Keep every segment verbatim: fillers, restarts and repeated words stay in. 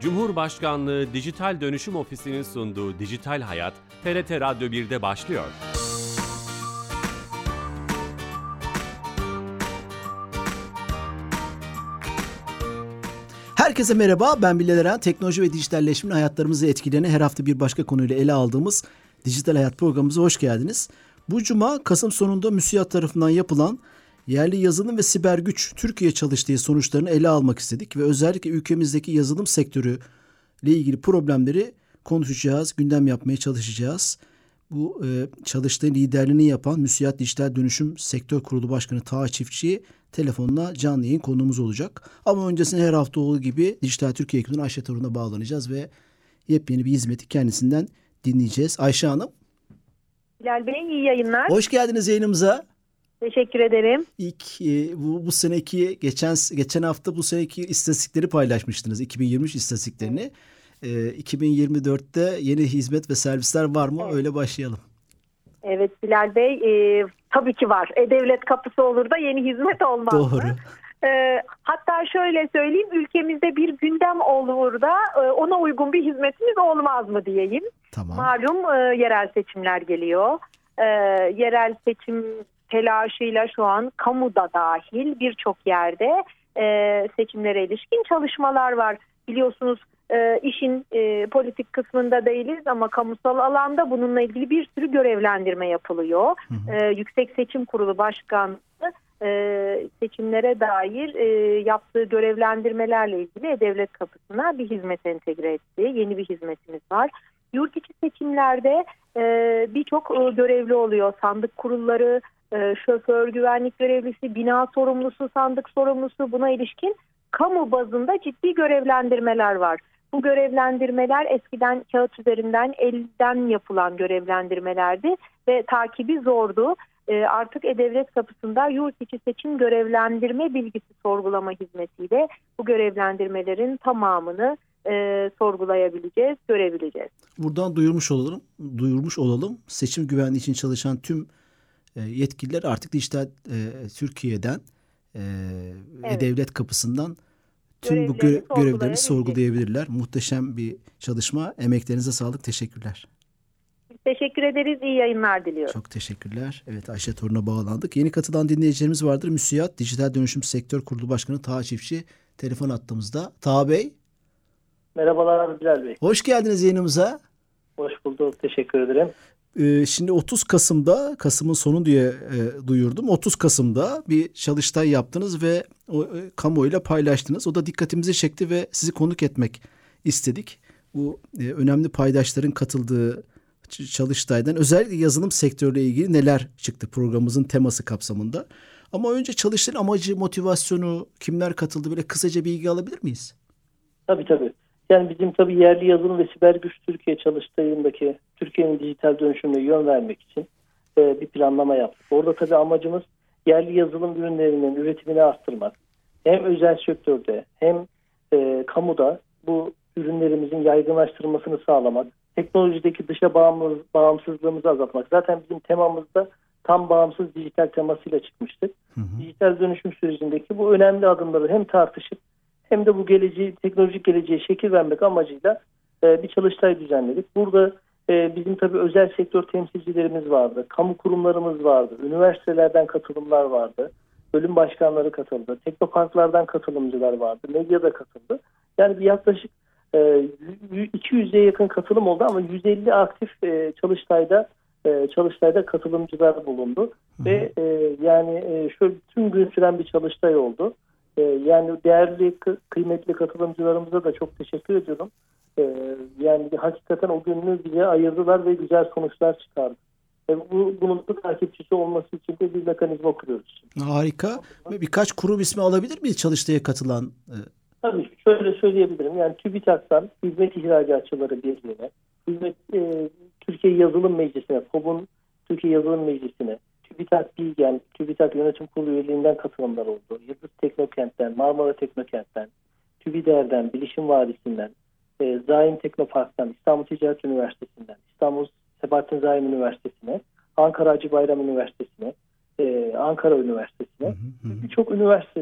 Cumhurbaşkanlığı Dijital Dönüşüm Ofisi'nin sunduğu Dijital Hayat, T R T Radyo bir'de başlıyor. Herkese merhaba, ben Bilal Eren. Teknoloji ve dijitalleşmenin hayatlarımızı etkilerini her hafta bir başka konuyla ele aldığımız Dijital Hayat programımıza hoş geldiniz. Bu cuma Kasım sonunda MÜSİAD tarafından yapılan yerli yazılım ve siber güç Türkiye çalıştığı sonuçlarını ele almak istedik ve özellikle ülkemizdeki yazılım sektörü ile ilgili problemleri konuşacağız, gündem yapmaya çalışacağız. Bu e, çalıştığı liderliğini yapan MÜSİAD Dijital Dönüşüm Sektör Kurulu Başkanı Taha Çiftçi telefonla canlı yayın konuğumuz olacak. Ama öncesinde her hafta olduğu gibi Dijital Türkiye ekibinin Ayşe Torun'a bağlanacağız ve yepyeni bir hizmeti kendisinden dinleyeceğiz. Ayşe Hanım. Bilal Bey, iyi yayınlar. Hoş geldiniz yayınımıza. Teşekkür ederim. İlk e, bu, bu seneki geçen geçen hafta bu seneki istatistikleri paylaşmıştınız. iki bin yirmi üç istatistiklerini. E, iki bin yirmi dörtte yeni hizmet ve servisler var mı? Evet. Öyle başlayalım. Evet Bilal Bey, e, tabii ki var. E-Devlet kapısı olur da yeni hizmet olmaz Doğru. mı? E, hatta şöyle söyleyeyim, ülkemizde bir gündem olur da e, ona uygun bir hizmetimiz olmaz mı diyeyim. Tamam. Malum e, yerel seçimler geliyor. E, yerel seçim telaşıyla şu an kamuda dahil birçok yerde e, seçimlere ilişkin çalışmalar var. Biliyorsunuz e, işin e, politik kısmında değiliz ama kamusal alanda bununla ilgili bir sürü görevlendirme yapılıyor. Hı hı. E, Yüksek Seçim Kurulu Başkanı e, seçimlere dair e, yaptığı görevlendirmelerle ilgili E-Devlet kapısına bir hizmet entegre etti. Yeni bir hizmetimiz var. Yurt içi seçimlerde e, birçok e, görevli oluyor. Sandık kurulları, e, şoför, güvenlik görevlisi, bina sorumlusu, sandık sorumlusu, buna ilişkin kamu bazında ciddi görevlendirmeler var. Bu görevlendirmeler eskiden kağıt üzerinden, elden yapılan görevlendirmelerdi ve takibi zordu. E, artık E-Devlet kapısında yurt içi seçim görevlendirme bilgisi sorgulama hizmetiyle bu görevlendirmelerin tamamını e, sorgulayabileceğiz, görebileceğiz. Buradan duyurmuş olalım, duyurmuş olalım. Seçim güvenliği için çalışan tüm e, yetkililer artık dijital e, Türkiye'den e, evet. E-Devlet kapısından tüm bu göre, görevlerini sorgulayabilirler. Muhteşem bir çalışma. Emeklerinize sağlık. Teşekkürler. Teşekkür ederiz. İyi yayınlar diliyorum. Çok teşekkürler. Evet, Ayşe Torun'a bağlandık. Yeni katılan dinleyicilerimiz vardır. MÜSİAD Dijital Dönüşüm Sektör Kurulu Başkanı Taha Çiftçi telefon attığımızda. Taha Bey. Merhabalar Bilal Bey. Hoş geldiniz yayınımıza. Hoş bulduk. Teşekkür ederim. Ee, şimdi otuz Kasım'da, Kasım'ın sonu diye e, duyurdum. otuz Kasım'da bir çalıştay yaptınız ve o, e, kamuoyuyla paylaştınız. O da dikkatimizi çekti ve sizi konuk etmek istedik. Bu e, önemli paydaşların katıldığı çalıştaydan özellikle yazılım sektörüyle ilgili neler çıktı programımızın teması kapsamında. Ama önce çalıştayın amacı, motivasyonu, kimler katıldı, böyle kısaca bilgi alabilir miyiz? Tabii tabii. Yani bizim tabii yerli yazılım ve siber güç Türkiye çalıştayındaki Türkiye'nin dijital dönüşümüne yön vermek için e, bir planlama yaptık. Orada tabii amacımız yerli yazılım ürünlerinin üretimini arttırmak. Hem özel sektörde hem e, kamuda bu ürünlerimizin yaygınlaştırılmasını sağlamak. Teknolojideki dışa bağımlı, bağımsızlığımızı azaltmak. Zaten bizim temamızda tam bağımsız dijital temasıyla çıkmıştık. Hı hı. Dijital dönüşüm sürecindeki bu önemli adımları hem tartışıp hem de bu geleceği, teknolojik geleceğe şekil vermek amacıyla e, bir çalıştay düzenledik. Burada e, bizim tabii özel sektör temsilcilerimiz vardı, kamu kurumlarımız vardı, üniversitelerden katılımlar vardı, bölüm başkanları katıldı, teknoparklardan katılımcılar vardı, medya da katıldı. Yani bir yaklaşık e, iki yüze yakın katılım oldu ama yüz elli aktif e, çalıştayda e, çalıştayda katılımcılar bulundu. Hı hı. Ve e, yani e, şöyle tüm gün süren bir çalıştay oldu. Yani değerli, kıymetli katılımcılarımıza da çok teşekkür ediyorum. Yani hakikaten o gününü bize ayırdılar ve güzel sonuçlar çıkardı. Bu, bunun da takipçisi olması için de bir mekanizma kuruyoruz. Harika. Birkaç kurum ismi alabilir miyiz çalıştaya katılan? Tabii şöyle söyleyebilirim. Yani TÜBİTAK'tan Hizmet İhracatçıları Birliği'ne, Hizmet e, Türkiye Yazılım Meclisi'ne, KOB'un Türkiye Yazılım Meclisi'ne, TÜBİTAK Bilgen, TÜBİTAK Yönetim Kurulu üyeliğinden katılımlar oldu. Yıldız Teknokent'ten, Marmara Teknokent'ten, TÜBİDER'den, Bilişim Vadisi'nden, e, Zaim Teknopark'tan, İstanbul Ticaret Üniversitesi'nden, İstanbul Sebahattin Zaim Üniversitesi'ne, Ankara Hacı Bayram Üniversitesi'ne, e, Ankara Üniversitesi'ne, birçok üniversitede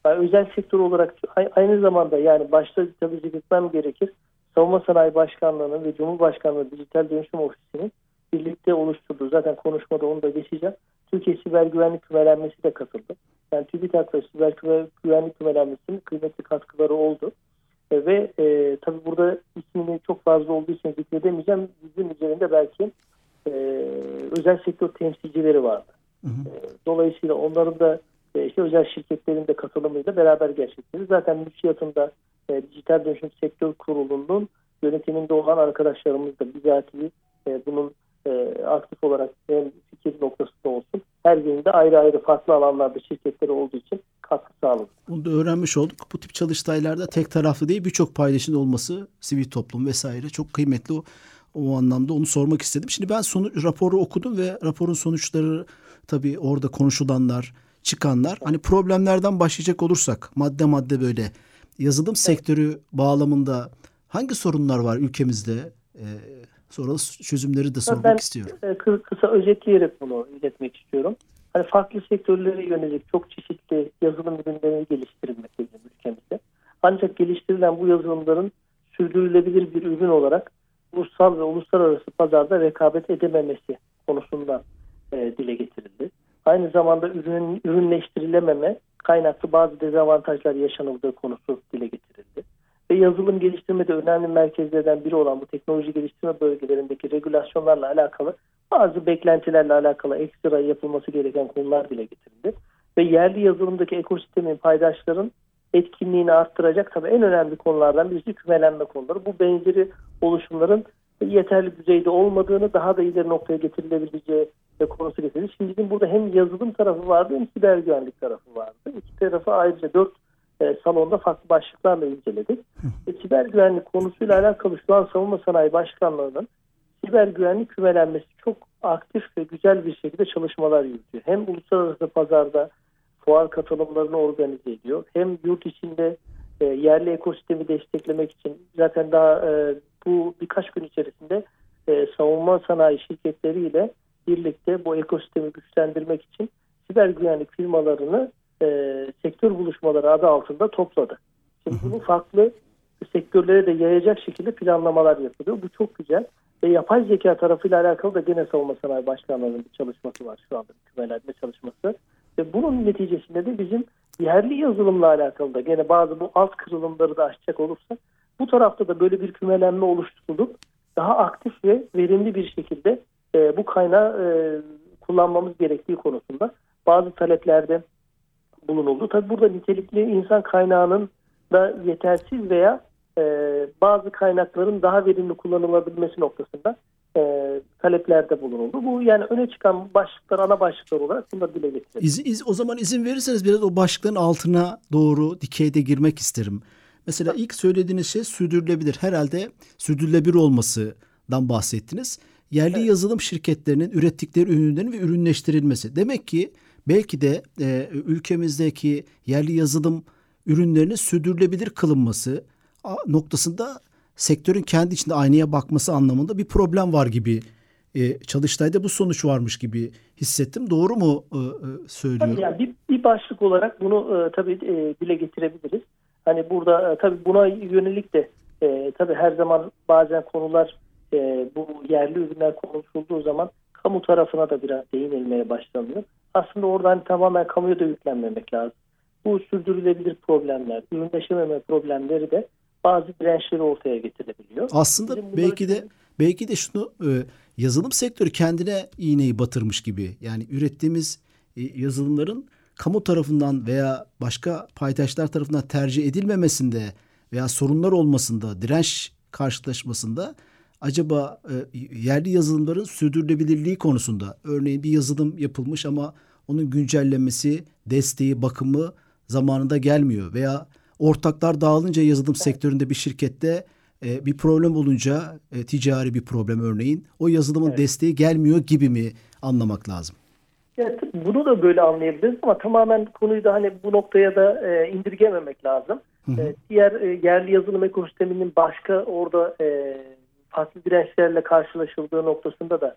Yani özel sektör olarak aynı zamanda yani başta tabii zikretmem gerekir. Savunma Sanayi Başkanlığı'nın ve Cumhurbaşkanlığı Dijital Dönüşüm Ofisi'nin birlikte oluşturduğu, zaten konuşmada onu da geçeceğim, Türkiye Siber Güvenlik Kümelenmesi de katıldı. Yani TÜBİTAK ve Siber Güvenlik Kümelenmesi'nin kıymetli katkıları oldu. E, ve e, tabii burada ismini çok fazla olduğu için zikredemeyeceğim. Bizim üzerinde belki e, özel sektör temsilcileri vardı. Hı hı. E, dolayısıyla onların da e, işte özel şirketlerin de katılımıyla beraber gerçekleştirdi. Zaten MÜSİAD'ın e, Dijital Dönüşüm Sektör Kurulu'nun yönetiminde olan arkadaşlarımız da bizatihi e, bunun e, aktif olarak hem fikir noktasında olsun, her birinde ayrı ayrı farklı alanlarda şirketleri olduğu için katkı sağladı. Bunu da öğrenmiş olduk. Bu tip çalıştaylarda tek taraflı değil, birçok paydaşın olması, sivil toplum vesaire çok kıymetli. O, o anlamda onu sormak istedim. Şimdi ben sonu, raporu okudum ve raporun sonuçları, tabii orada konuşulanlar, çıkanlar. Hani problemlerden başlayacak olursak madde madde böyle yazılım sektörü bağlamında hangi sorunlar var ülkemizde? Ee, sonra çözümleri de sormak ben, istiyorum. Ben kısa, kısa özetleyerek bunu iletmek istiyorum. Hani farklı sektörlere yönelik çok çeşitli yazılım ürünleri geliştirilmekte bizim ülkemizde. Ancak geliştirilen bu yazılımların sürdürülebilir bir ürün olarak ulusal ve uluslararası pazarda rekabet edememesi konusunda e, dile getirildi. Aynı zamanda ürün, ürünleştirilememe kaynaklı bazı dezavantajlar yaşanıldığı konusu dile getirildi. Ve yazılım geliştirmede önemli merkezlerden biri olan bu teknoloji geliştirme bölgelerindeki regülasyonlarla alakalı bazı beklentilerle alakalı ekstra yapılması gereken konular dile getirildi. Ve yerli yazılımdaki ekosistemin paydaşların etkinliğini arttıracak tabii en önemli konulardan birisi kümelenme konuları. Bu benzeri oluşumların yeterli düzeyde olmadığını, daha da ileri noktaya getirilebileceği konusu getirildi. Şimdi bizim burada hem yazılım tarafı vardı hem siber güvenlik tarafı vardı. İki tarafı ayrıca dört e, salonda farklı başlıklarla inceledik. E, siber güvenlik konusuyla alakalı şu an Savunma Sanayi Başkanlığı'nın siber güvenlik kümelenmesi çok aktif ve güzel bir şekilde çalışmalar yürütüyor. Hem uluslararası pazarda fuar katılımlarını organize ediyor. Hem yurt içinde e, yerli ekosistemi desteklemek için zaten daha e, bu birkaç gün içerisinde e, savunma sanayi şirketleriyle birlikte bu ekosistemi güçlendirmek için siber güvenlik firmalarını e, sektör buluşmaları adı altında topladı. Şimdi bunu farklı sektörlere de yayacak şekilde planlamalar yapılıyor. Bu çok güzel. Ve yapay zeka tarafıyla alakalı da gene Savunma Sanayi Başkanlığı'nın bir çalışması var şu anda, bir kümelenme çalışması. Ve bunun neticesinde de bizim yerli yazılımla alakalı da gene bazı bu alt kırılımları da aşacak olursak bu tarafta da böyle bir kümelenme oluşturulup daha aktif ve verimli bir şekilde e, bu kaynağı e, kullanmamız gerektiği konusunda bazı taleplerde bulunuldu. Tabii burada nitelikli insan kaynağının da yetersiz veya e, bazı kaynakların daha verimli kullanılabilmesi noktasında e, taleplerde bulunuldu. Bu yani öne çıkan başlıklar, ana başlıklar olarak bunları dile getirelim. İz, iz, o zaman izin verirseniz biraz o başlıkların altına doğru dikeyde girmek isterim. Mesela ilk söylediğiniz şey sürdürülebilir. Herhalde sürdürülebilir olmasından bahsettiniz. Yerli evet. yazılım şirketlerinin ürettikleri ürünlerin ve ürünleştirilmesi. Demek ki belki de e, ülkemizdeki yerli yazılım ürünlerinin sürdürülebilir kılınması noktasında sektörün kendi içinde aynaya bakması anlamında bir problem var gibi. E, Çalıştay'da bu sonuç varmış gibi hissettim. Doğru mu e, söylüyorum? Yani bir, bir başlık olarak bunu e, tabii e, dile getirebiliriz. Hani burada e, tabii buna yönelik de e, tabii her zaman bazen konular e, bu yerli ürünler konuşulduğu zaman kamu tarafına da biraz değinilmeye başlanıyor. Aslında oradan tamamen kamuya da yüklenmemek lazım. Bu sürdürülebilir problemler, ürünleşememe problemleri de bazı dirençleri ortaya getirebiliyor. Aslında belki de belki de şunu e, yazılım sektörü kendine iğneyi batırmış gibi. Yani ürettiğimiz e, yazılımların kamu tarafından veya başka paydaşlar tarafından tercih edilmemesinde veya sorunlar olmasında, direnç karşılaşmasında acaba e, yerli yazılımların sürdürülebilirliği konusunda örneğin bir yazılım yapılmış ama onun güncellenmesi, desteği, bakımı zamanında gelmiyor veya ortaklar dağılınca yazılım sektöründe bir şirkette e, bir problem olunca e, ticari bir problem örneğin o yazılımın evet. desteği gelmiyor gibi mi anlamak lazım? Evet, bunu da böyle anlayabiliriz ama tamamen konuyu da hani bu noktaya da e, indirgememek lazım. Hı hı. E, diğer e, yerli yazılım ekosisteminin başka orada e, farklı dirençlerle karşılaşıldığı noktasında da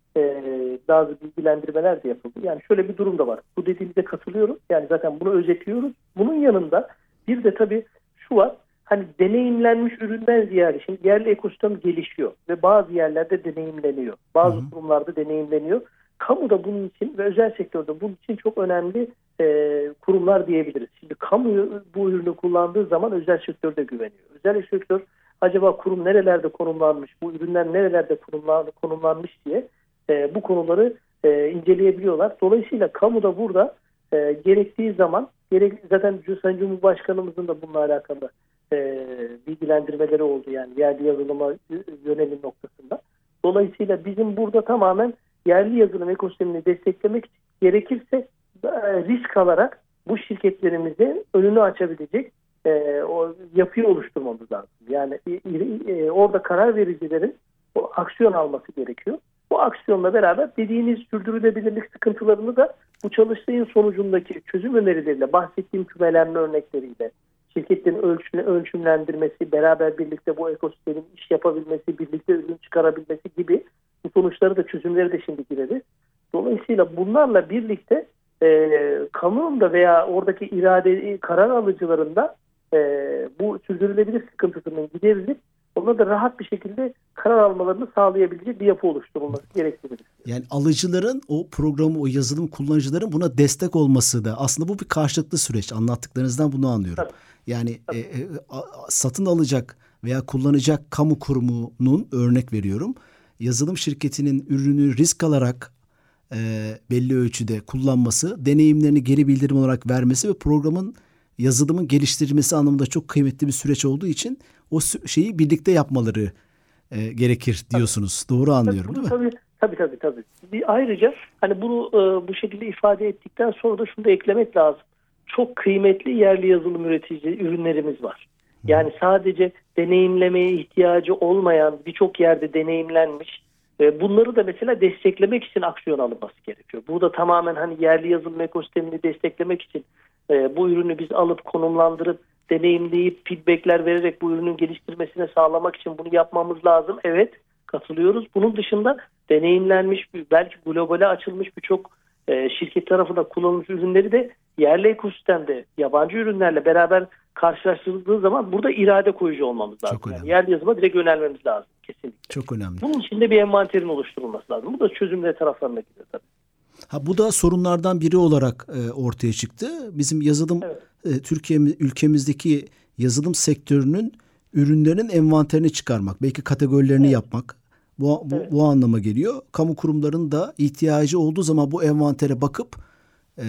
e, bazı bilgilendirmeler de yapıldı. Yani şöyle bir durum da var. Bu dediğinize katılıyorum. Yani zaten bunu özetliyoruz. Bunun yanında bir de tabii şu var. Hani deneyimlenmiş üründen ziyade şimdi yerli ekosistem gelişiyor ve bazı yerlerde deneyimleniyor. Bazı hı hı. kurumlarda deneyimleniyor. Kamu da bunun için ve özel sektörde bunun için çok önemli e, kurumlar diyebiliriz. Şimdi kamu bu ürünü kullandığı zaman özel sektörde güveniyor. Özel sektör acaba kurum nerelerde konumlanmış, bu ürünler nerelerde konumlanmış diye e, bu konuları e, inceleyebiliyorlar. Dolayısıyla kamu da burada e, gerektiği zaman, gerek, zaten Sayın Cumhurbaşkanımızın da bununla alakalı e, bilgilendirmeleri oldu, yani yerli yazılıma yönelim noktasında. Dolayısıyla bizim burada tamamen yerli yazılım ekosistemini desteklemek için gerekirse e, risk alarak bu şirketlerimizin önünü açabilecek e, o yapıyı oluşturmamız lazım. Yani e, e, orada karar vericilerin o aksiyon alması gerekiyor. Bu aksiyonla beraber dediğiniz sürdürülebilirlik sıkıntılarını da bu çalıştayın sonucundaki çözüm önerileriyle, bahsettiğim kümelenme örnekleriyle, şirketlerin ölçümle, ölçümlendirmesi, beraber birlikte bu ekosistemin iş yapabilmesi, birlikte ürün çıkarabilmesi gibi bu sonuçları da, çözümleri de şimdi gireriz. Dolayısıyla bunlarla birlikte e, kamunun da veya oradaki irade karar alıcılarında e, bu sürdürülebilir sıkıntısının giderilip ona da rahat bir şekilde karar almalarını sağlayabilecek bir yapı oluşturulması gerektirir. Yani alıcıların, o programı, o yazılım kullanıcıların buna destek olması da aslında bu bir karşılıklı süreç. Anlattıklarınızdan bunu anlıyorum. Tabii. Yani Tabii. E, e, satın alacak veya kullanacak kamu kurumunun, örnek veriyorum, yazılım şirketinin ürünü risk alarak e, belli ölçüde kullanması, deneyimlerini geri bildirim olarak vermesi ve programın, yazılımın geliştirilmesi anlamında çok kıymetli bir süreç olduğu için o şeyi birlikte yapmaları e, gerekir diyorsunuz. Tabii. Doğru anlıyorum, tabii, değil mi? Tabii tabii tabii. Bir ayrıca hani bunu e, bu şekilde ifade ettikten sonra da şunu da eklemek lazım. Çok kıymetli yerli yazılım üretici ürünlerimiz var. Yani sadece deneyimlemeye ihtiyacı olmayan, birçok yerde deneyimlenmiş, e, bunları da mesela desteklemek için aksiyon alınması gerekiyor. Burada tamamen hani yerli yazılım ekosistemini desteklemek için e, bu ürünü biz alıp konumlandırıp deneyimleyip feedbackler vererek bu ürünün geliştirmesine sağlamak için bunu yapmamız lazım. Evet, katılıyoruz. Bunun dışında deneyimlenmiş, belki globale açılmış birçok e, şirket tarafından kullanılmış ürünleri de yerli ekosistemde yabancı ürünlerle beraber karşılaştırıldığı zaman burada irade koyucu olmamız lazım. Yani yerli yazılıma direkt yönelmemiz lazım kesinlikle. Çok önemli. Bunun için de bir envanterin oluşturulması lazım. Bu da çözümleri taraflarına gidiyor tabii. Ha, bu da sorunlardan biri olarak e, ortaya çıktı. Bizim yazılım evet. e, Türkiye ülkemizdeki yazılım sektörünün ürünlerinin envanterini çıkarmak, belki kategorilerini evet. yapmak. Bu, bu, evet. bu anlama geliyor. Kamu kurumlarının da ihtiyacı olduğu zaman bu envantere bakıp e, e,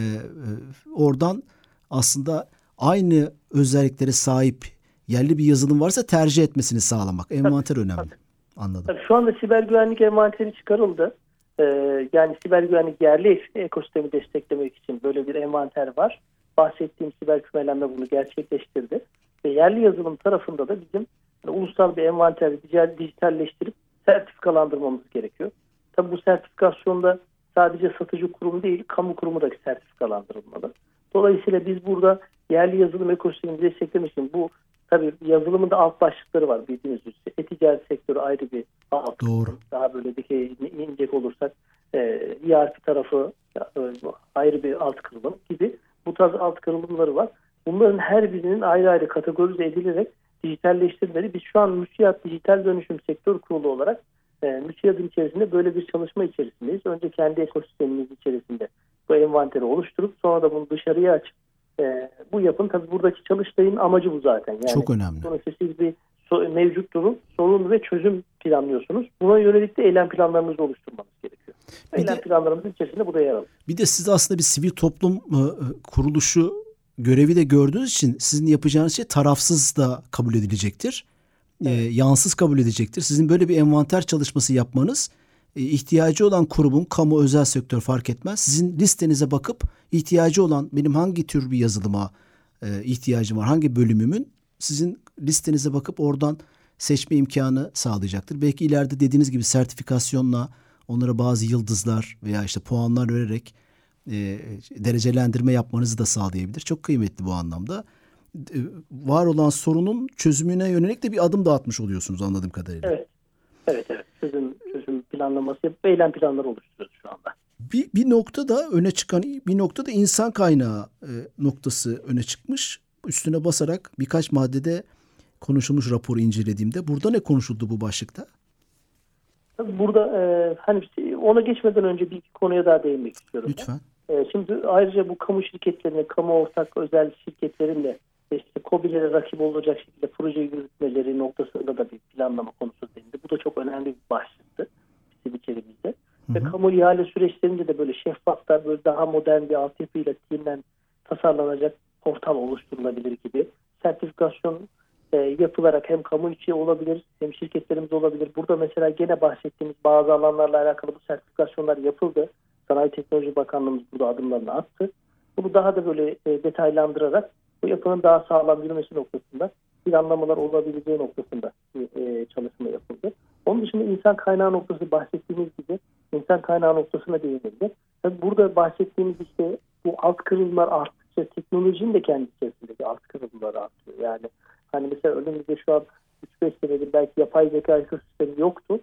oradan aslında aynı özelliklere sahip yerli bir yazılım varsa tercih etmesini sağlamak. Envanter tabii, önemli. Tabii. Anladım. Tabii, şu anda siber güvenlik envanteri çıkarıldı. Ee, yani siber güvenlik yerli ekosistemi desteklemek için böyle bir envanter var. Bahsettiğim siber kümelenme bunu gerçekleştirdi. Ve yerli yazılım tarafında da bizim yani, ulusal bir envanter dijitalleştirip sertifikalandırmamız gerekiyor. Tabii bu sertifikasyonda sadece satıcı kurum değil, kamu kurumu da sertifikalandırılmalı. Dolayısıyla biz burada yerli yazılım ekosistemini desteklemek için bu tabii yazılımın da alt başlıkları var bildiğiniz üzere. E-ticaret sektörü ayrı bir alt. Doğru. Daha böyle dikey inecek olursak e, E R P tarafı e, ayrı bir alt kırılım gibi bu tarz alt kırılımları var. Bunların her birinin ayrı ayrı kategorize edilerek dijitalleştirilmeli. Biz şu an MÜSİAD Dijital Dönüşüm Sektör Kurulu olarak e, MÜSİAD'ın içerisinde böyle bir çalışma içerisindeyiz. Önce kendi ekosistemimiz içerisinde bu envanteri oluşturup sonra da bunu dışarıya açıp e, bu yapın. Tabii buradaki çalıştayın amacı bu zaten. Yani çok önemli. Sonuçta siz bir so- mevcut durum, sorun ve çözüm planlıyorsunuz. Buna yönelik de eylem planlarınızı oluşturmanız gerekiyor. Bir eylem de, planlarımızın içerisinde bu da yer alır. Bir de siz aslında bir sivil toplum e, kuruluşu görevi de gördüğünüz için sizin yapacağınız şey tarafsız da kabul edilecektir. Evet. E, yansız kabul edecektir. Sizin böyle bir envanter çalışması yapmanız e, ihtiyacı olan kurumun, kamu, özel sektör fark etmez. Sizin listenize bakıp ihtiyacı olan, benim hangi tür bir yazılıma e, ihtiyacım var, hangi bölümümün, sizin listenize bakıp oradan seçme imkanı sağlayacaktır. Belki ileride dediğiniz gibi sertifikasyonla onlara bazı yıldızlar veya işte puanlar vererek e, derecelendirme yapmanızı da sağlayabilir. Çok kıymetli bu anlamda. E, var olan sorunun çözümüne yönelik de bir adım da atmış oluyorsunuz anladığım kadarıyla. Evet. Evet, evet. Çözüm, çözüm planlaması yapıp eylem planları oluşturuyoruz şu anda. Bir, bir noktada öne çıkan bir noktada insan kaynağı e, noktası öne çıkmış. Üstüne basarak birkaç maddede konuşulmuş raporu incelediğimde. Burada ne konuşuldu bu başlıkta? Burada e, hani ona geçmeden önce bir iki konuya daha değinmek istiyorum. Lütfen. E, şimdi ayrıca bu kamu şirketlerine, kamu ortak özel şirketlerin de işte KOBİ'lere rakip olacak şekilde proje yürütmeleri noktasında da bir planlama konusu denildi. Bu da çok önemli bir başlıktı bizim içerimizde. Hı hı. Ve kamu ihale süreçlerinde de böyle şeffafta, böyle daha modern bir altyapıyla yeniden tasarlanacak portal oluşturulabilir gibi sertifikasyon e, yapılarak hem kamu içi olabilir hem şirketlerimiz olabilir. Burada mesela gene bahsettiğimiz bazı alanlarla alakalı bu sertifikasyonlar yapıldı. Sanayi Teknoloji Bakanlığımız burada adımlarını attı. Bunu daha da böyle e, detaylandırarak bu yapının daha sağlam yürümesi noktasında planlamalar olabileceği noktasında e, çalışma yapıldı. Onun dışında insan kaynağı noktası bahsettiğimiz gibi insan kaynağı noktasına değinildi. Tabii burada bahsettiğimiz işte bu alt kırılımlar arttıkça teknolojinin de kendi içerisindeki alt kırılımlar artıyor. Yani hani mesela önümüzde şu an üç beş senedir belki yapay zeka ekosistemi yoktu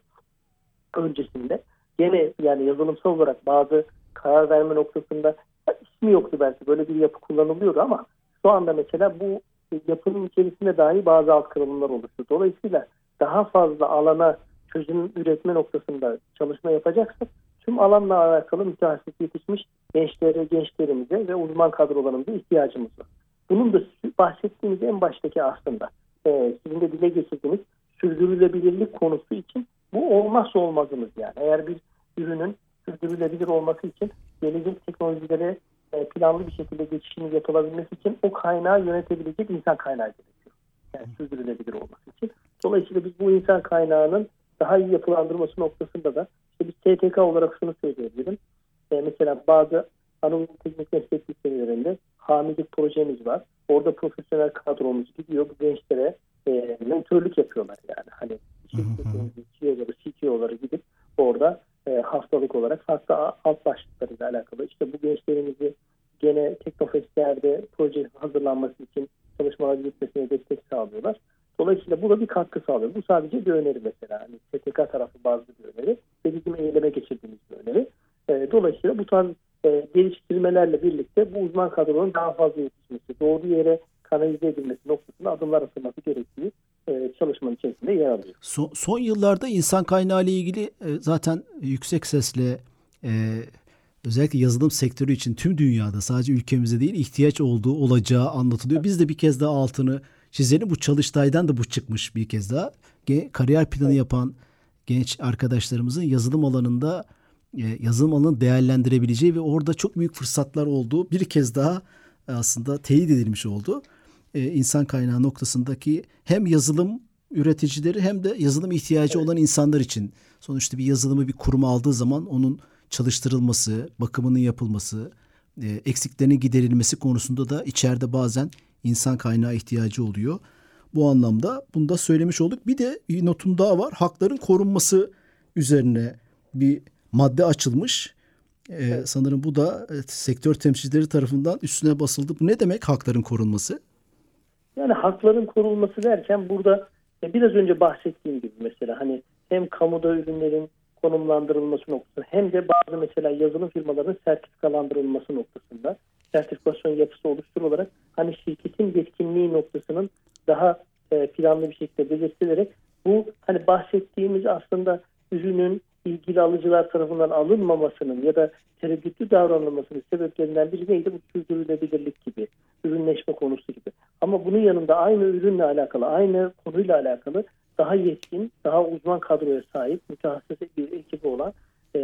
öncesinde. Gene yani yazılımsal olarak bazı karar verme noktasında ismi yoktu belki böyle bir yapı kullanılıyor ama şu anda mesela bu yapının içerisinde dahi bazı alt kırılımlar oluştu. Dolayısıyla daha fazla alana çözüm üretme noktasında çalışma yapacaksak tüm alanla alakalı mütehassıs yetişmiş gençlere, gençlerimize ve uzman kadrolarımıza ihtiyacımız var. Bunun da bahsettiğimiz en baştaki aslında e, sizin de dile getirdiğiniz sürdürülebilirlik konusu için bu olmazsa olmazımız yani. Eğer bir ürünün sürdürülebilir olması için gelecek teknolojilere planlı bir şekilde geçişini yapılabilmesi için o kaynağı yönetebilecek insan kaynağı gerekiyor. Yani sürdürülebilir olması için. Dolayısıyla biz bu insan kaynağının daha iyi yapılandırması noktasında da işte biz T T K olarak şunu söyleyebilirim. Ee, mesela bazı Anadolu Teknik Meslek Liselerinde hamilelik projemiz var. Orada profesyonel kadromuz gidiyor. Bu gençlere e, mentörlük yapıyorlar yani. Hani şirketimizin C E O'ları, C T O'ları gidip orada e, haftalık olarak farklı alt başlıklarıyla alakalı. İşte bu gençlerimizi gene Teknofest'lerde proje hazırlanması için çalışmalar yürütmesine destek sağlıyorlar. Dolayısıyla bu da bir katkı sağlıyor. Bu sadece bir öneri mesela. Hani T T K tarafı bazı bir öneri ve bizim eyleme geçirdiğimiz bir öneri. E, dolayısıyla bu tarz e, geliştirmelerle birlikte bu uzman kadronun daha fazla yetişmesi, doğru yere kanalize edilmesi noktasında adımlar atılması gerektiği e, çalışmanın içerisinde yer alıyor. Son, son yıllarda insan kaynağı ile ilgili e, zaten yüksek sesle e, özellikle yazılım sektörü için tüm dünyada sadece ülkemizde değil ihtiyaç olduğu olacağı anlatılıyor. Biz de bir kez daha altını çizelim. Bu Çalıştay'dan da bu çıkmış bir kez daha. Kariyer planı yapan genç arkadaşlarımızın yazılım alanında e, yazılım alanını değerlendirebileceği ve orada çok büyük fırsatlar olduğu bir kez daha aslında teyit edilmiş oldu. E, insan kaynağı noktasındaki hem yazılım üreticileri hem de yazılım ihtiyacı olan insanlar için. Sonuçta bir yazılımı bir kurum aldığı zaman onun çalıştırılması, bakımının yapılması, e, eksiklerinin giderilmesi konusunda da içeride bazen insan kaynağı ihtiyacı oluyor. Bu anlamda bunu da söylemiş olduk. Bir de bir notum daha var. Hakların korunması üzerine bir madde açılmış. Ee, evet. Sanırım bu da evet, sektör temsilcileri tarafından üstüne basıldı. Bu ne demek hakların korunması? Yani hakların korunması derken burada biraz önce bahsettiğim gibi mesela hani hem kamuda ürünlerin konumlandırılması noktasında hem de bazı mesela yazılım firmalarının sertifikalandırılması noktasında sertifikasyon yapısı oluşturularak hani şirketin yetkinliği noktasının daha e, planlı bir şekilde belirtilerek bu hani bahsettiğimiz aslında ürünün ilgili alıcılar tarafından alınmamasının ya da tereddütlü davranılmasının sebeplerinden biri neydi? Bu sürdürülebilirlik gibi, ürünleşme konusu gibi. Ama bunun yanında aynı ürünle alakalı, aynı konuyla alakalı daha yetkin, daha uzman kadroya sahip, mütehassıs bir ekibi olan e,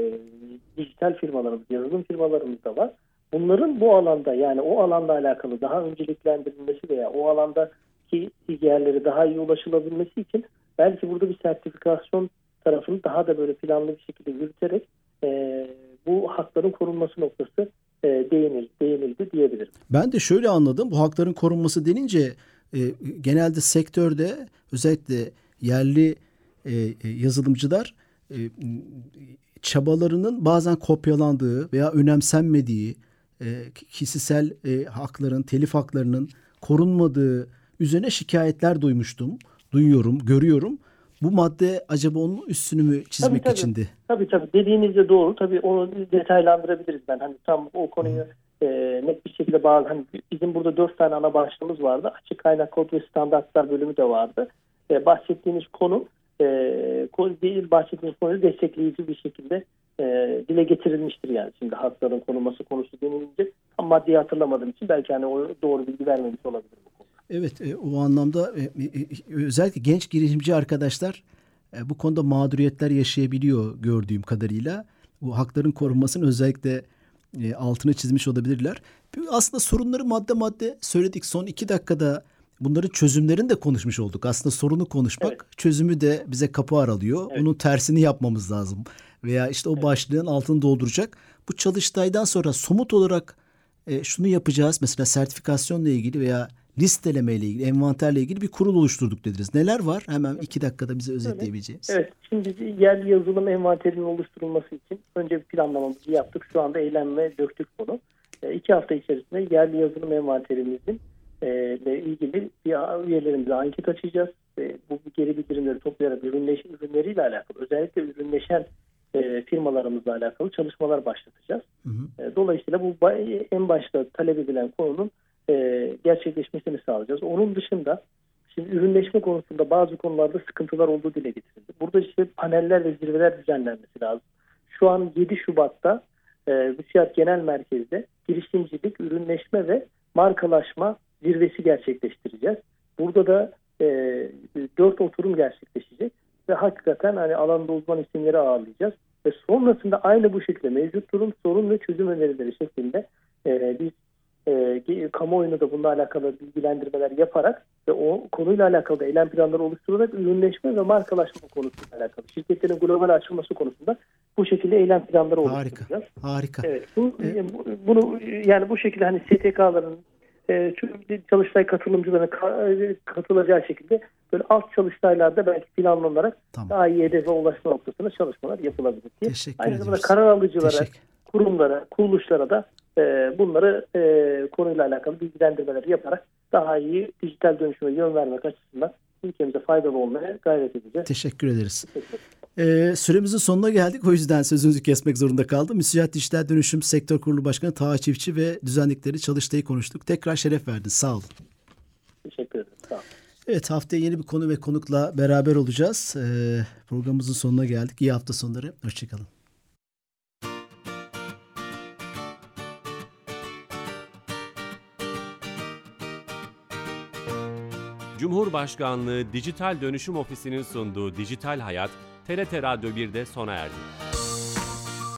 dijital firmalarımız, yazılım firmalarımız da var. Bunların bu alanda yani o alanda alakalı daha önceliklendirilmesi veya o alandaki yerlere daha iyi ulaşılabilmesi için belki burada bir sertifikasyon tarafını daha da böyle planlı bir şekilde yürüterek e, bu hakların korunması noktası e, değinildi, değinildi diyebilirim. Ben de şöyle anladım. Bu hakların korunması denince e, genelde sektörde özellikle yerli e, yazılımcılar e, çabalarının bazen kopyalandığı veya önemsenmediği, e, kişisel e, hakların, telif haklarının korunmadığı üzerine şikayetler duymuştum, duyuyorum, görüyorum. Bu madde acaba onun üstünü mü çizmek tabii, tabii. içindi? Tabii tabii dediğiniz de doğru. Tabii onu detaylandırabiliriz ben. Hani tam o konuyu e, net bir şekilde bağlı. Hani bizim burada dört tane ana başlığımız vardı. Açık kaynak kod ve standartlar bölümü de vardı. E, bahsettiğimiz konu e, konu değil, bahsettiğimiz konuyu destekleyici bir şekilde e, dile getirilmiştir yani. Şimdi hakların korunması konusu denilince tam maddeyi hatırlamadığım için belki hani o doğru bilgi vermemiş olabilir bu konuda. Evet, e, o anlamda e, e, özellikle genç girişimci arkadaşlar e, bu konuda mağduriyetler yaşayabiliyor gördüğüm kadarıyla. Bu hakların korunmasının özellikle e, altını çizmiş olabilirler. Aslında sorunları madde madde söyledik. Son iki dakikada bunların çözümlerini de konuşmuş olduk. Aslında sorunu konuşmak, evet. çözümü de bize kapı aralıyor. Evet. Onun tersini yapmamız lazım. Veya işte o evet. başlığın altını dolduracak. Bu çalıştaydan sonra somut olarak e, şunu yapacağız. Mesela sertifikasyonla ilgili veya listeleme ile ilgili, envanterle ilgili bir kurul oluşturduk dediniz. Neler var? Hemen iki dakikada bize özetleyebileceğiniz. Evet. Şimdi yerli yazılım envanterinin oluşturulması için önce bir planlamamızı yaptık. Şu anda eyleme döktük bunu. E, iki hafta içerisinde yerli yazılım envanterimizin e, ile ilgili bir üyelerimize anket açacağız. E, bu geri bildirimleri toplayarak ürünleş, ürünleriyle alakalı, özellikle ürünleşen e, firmalarımızla alakalı çalışmalar başlatacağız. Hı hı. E, dolayısıyla bu en başta talep edilen konunun e, gerçekleşmesini sağlayacağız. Onun dışında şimdi ürünleşme konusunda bazı konularda sıkıntılar olduğu dile getirildi. Burada işte paneller ve zirveler düzenlenmesi lazım. Şu an yedi Şubat'ta e, MÜSİAD Genel Merkez'de girişimcilik, ürünleşme ve markalaşma zirvesi gerçekleştireceğiz. Burada da e, dört oturum gerçekleşecek ve hakikaten hani alanda uzman isimleri ağırlayacağız. Ve sonrasında aynı bu şekilde mevcut durum, sorun ve çözüm önerileri şeklinde e, biz e, kamuoyunu da bununla alakalı bilgilendirmeler yaparak ve o konuyla alakalı da eylem planları oluşturarak ürünleşme ve markalaşma konusuyla alakalı şirketlerin global açılması konusunda bu şekilde eylem planları oluşturacağız. Harika, harika. Evet, bu, evet. Bunu yani bu şekilde hani S T K'ların e, çalıştay katılımcılarına katılacağı şekilde böyle alt çalıştaylarda belki planlanarak tamam. daha iyi hedefe ulaşma noktasında çalışmalar yapılabilir diye. Teşekkür Aynı zamanda karar alıcılara, Teşekkür. kurumlara, kuruluşlara da e, bunları e, konuyla alakalı bilgilendirmeler yaparak daha iyi dijital dönüşüme yön vermek açısından ülkemize faydalı olmaya gayret edeceğiz. Teşekkür ederiz. Teşekkür Ee, süremizin sonuna geldik. O yüzden sözünüzü kesmek zorunda kaldım. MÜSİAD Dijital Dönüşüm Sektör Kurulu Başkanı Taha Çiftçi ve düzenlikleri çalıştayı konuştuk. Tekrar şeref verdiniz. Sağ olun. Teşekkür ederim. Sağ olun. Evet, haftaya yeni bir konu ve konukla beraber olacağız. Ee, programımızın sonuna geldik. İyi hafta sonları. Hoşçakalın. Cumhurbaşkanlığı Dijital Dönüşüm Ofisi'nin sunduğu Dijital Hayat, T R T Radyo bir'de sona erdi.